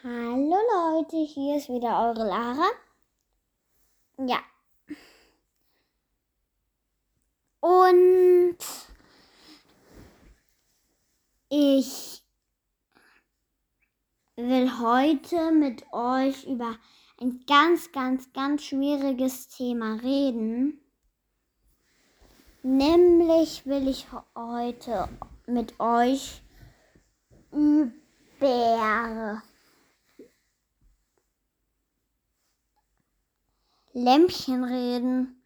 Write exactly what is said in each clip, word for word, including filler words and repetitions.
Hallo Leute, hier ist wieder eure Lara. Ja. Und ich will heute mit euch über ein ganz, ganz, ganz schwieriges Thema reden. Nämlich will ich heute mit euch über Lämpchen reden.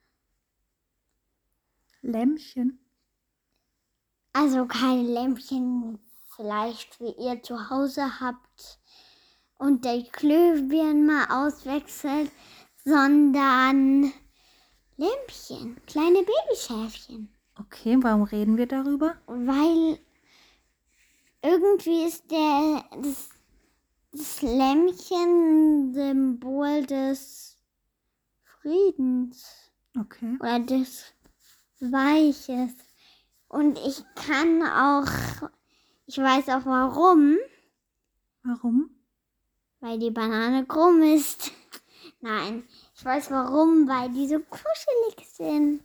Lämpchen? Also keine Lämpchen, vielleicht wie ihr zu Hause habt und der Glühbirnen mal auswechselt, sondern Lämpchen, kleine Babyschäfchen. Okay, warum reden wir darüber? Weil irgendwie ist der das, das Lämpchen Symbol des Friedens. Okay. Oder des Weiches. Und ich kann auch, ich weiß auch warum. Warum? Weil die Banane krumm ist. Nein, ich weiß warum, weil die so kuschelig sind.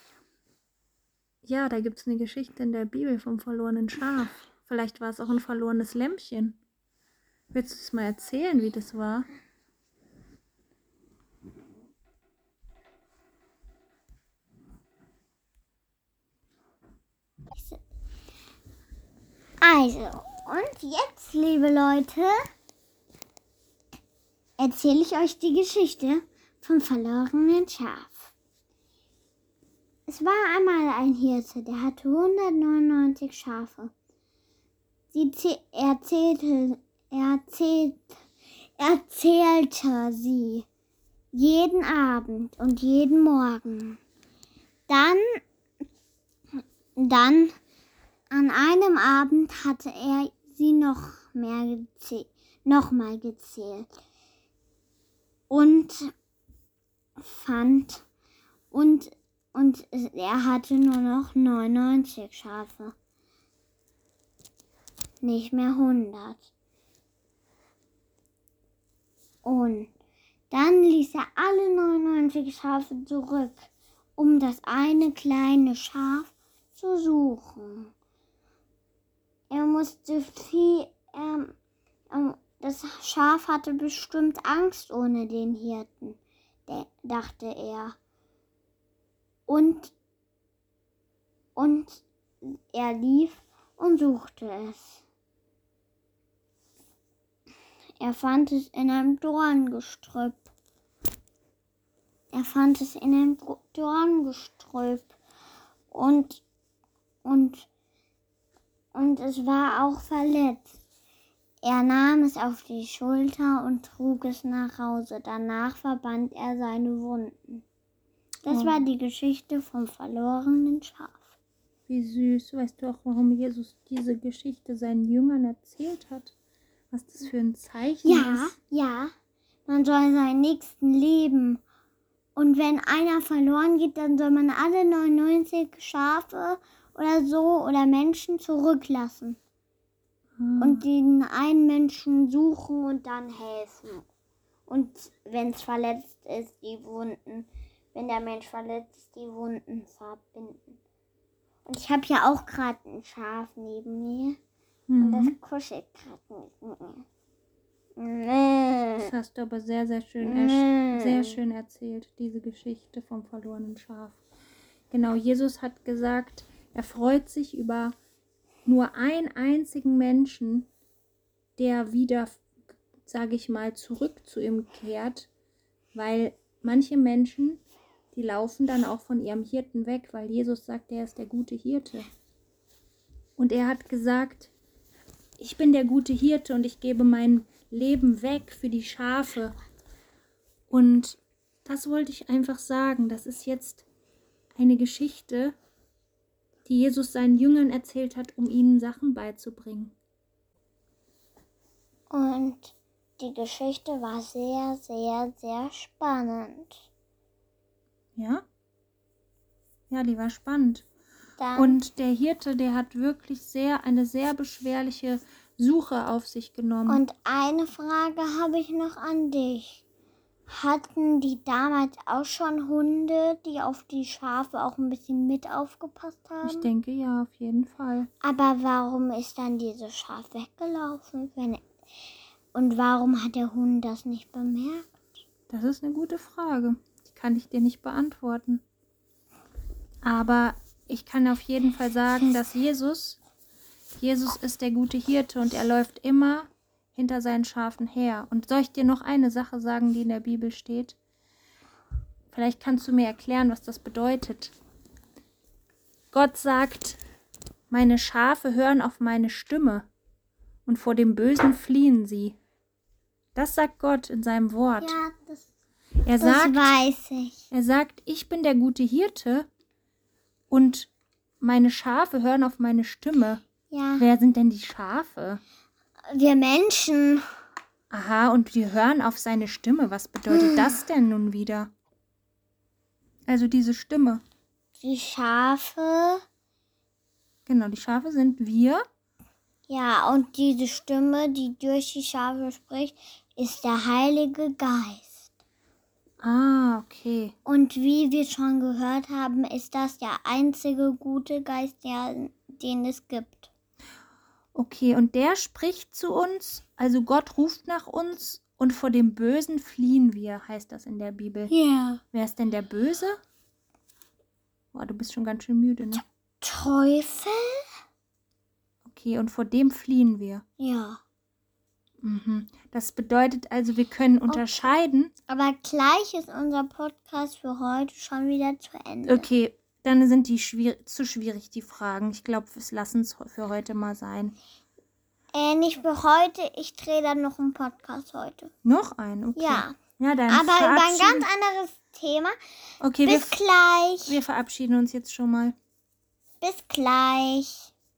Ja, da gibt es eine Geschichte in der Bibel vom verlorenen Schaf. Vielleicht war es auch ein verlorenes Lämpchen. Willst du es mal erzählen, wie das war? Also, und jetzt, liebe Leute, erzähle ich euch die Geschichte vom verlorenen Schaf. Es war einmal ein Hirte, der hatte hundertneunundneunzig Schafe. Sie zäh- er, zählte, er, zählt, er zählte sie jeden Abend und jeden Morgen. Dann, dann an einem Abend hatte er sie noch mehr gezählt, noch mal gezählt und fand und und er hatte nur noch neunundneunzig Schafe, nicht mehr hundert. Und dann ließ er alle neunundneunzig Schafe zurück, um das eine kleine Schaf zu suchen. Er musste viel, ähm, ähm, das Schaf hatte bestimmt Angst ohne den Hirten, de- dachte er. Und, und er lief und suchte es. Er fand es in einem Dorngestrüpp. Er fand es in einem Dorngestrüpp. Und, und, und es war auch verletzt. Er nahm es auf die Schulter und trug es nach Hause. Danach verband er seine Wunden. Das Oh. war die Geschichte vom verlorenen Schaf. Wie süß. Weißt du auch, warum Jesus diese Geschichte seinen Jüngern erzählt hat? Was das für ein Zeichen Ja, ist? ja. Man soll seinen Nächsten lieben. Und wenn einer verloren geht, dann soll man alle neunundneunzig Schafe oder so oder Menschen zurücklassen. Ah. Und den einen Menschen suchen und dann helfen. Und wenn es verletzt ist, die Wunden, wenn der Mensch verletzt ist, die Wunden verbinden. Und ich habe ja auch gerade ein Schaf neben mir. Mhm. Und das kuschelt gerade mit mir. Nee. Das hast du aber sehr, sehr schön, Mm. er sehr schön erzählt, diese Geschichte vom verlorenen Schaf. Genau, Jesus hat gesagt, er freut sich über nur einen einzigen Menschen, der wieder, sage ich mal, zurück zu ihm kehrt, weil manche Menschen, die laufen dann auch von ihrem Hirten weg, weil Jesus sagt, er ist der gute Hirte. Und er hat gesagt, ich bin der gute Hirte und ich gebe mein Leben weg für die Schafe. Und das wollte ich einfach sagen. Das ist jetzt eine Geschichte, die Jesus seinen Jüngern erzählt hat, um ihnen Sachen beizubringen. Und die Geschichte war sehr, sehr, sehr spannend. Ja? Ja, die war spannend. Dann, Und der Hirte, der hat wirklich sehr eine sehr beschwerliche Suche auf sich genommen. Und eine Frage habe ich noch an dich. Hatten die damals auch schon Hunde, die auf die Schafe auch ein bisschen mit aufgepasst haben? Ich denke ja, auf jeden Fall. Aber warum ist dann dieses Schaf weggelaufen? Wenn, und warum hat der Hund das nicht bemerkt? Das ist eine gute Frage. Die kann ich dir nicht beantworten. Aber ich kann auf jeden Fall sagen, dass Jesus, Jesus ist der gute Hirte und er läuft immer hinter seinen Schafen her. Und soll ich dir noch eine Sache sagen, die in der Bibel steht? Vielleicht kannst du mir erklären, was das bedeutet. Gott sagt, meine Schafe hören auf meine Stimme und vor dem Bösen fliehen sie. Das sagt Gott in seinem Wort. Ja, das, er das sagt, weiß ich. Er sagt, ich bin der gute Hirte und meine Schafe hören auf meine Stimme. Ja. Wer sind denn die Schafe? Wir Menschen. Aha, und wir hören auf seine Stimme. Was bedeutet das denn nun wieder? Also diese Stimme. Die Schafe. Genau, die Schafe sind wir. Ja, und diese Stimme, die durch die Schafe spricht, ist der Heilige Geist. Ah, okay. Und wie wir schon gehört haben, ist das der einzige gute Geist, der, den es gibt. Okay, und der spricht zu uns, also Gott ruft nach uns und vor dem Bösen fliehen wir, heißt das in der Bibel. Ja. Yeah. Wer ist denn der Böse? Boah, du bist schon ganz schön müde, ne? Teufel? Okay, und vor dem fliehen wir. Ja. Mhm. Das bedeutet also, wir können unterscheiden. Okay. Aber gleich ist unser Podcast für heute schon wieder zu Ende. Okay, dann sind die schwierig, zu schwierig, die Fragen. Ich glaube, wir lassen es für heute mal sein. Äh, nicht für heute. Ich drehe dann noch einen Podcast heute. Noch einen? Okay. Ja. Ja, dann aber über ein ganz anderes Thema. Okay, bis wir, gleich. Wir verabschieden uns jetzt schon mal. Bis gleich.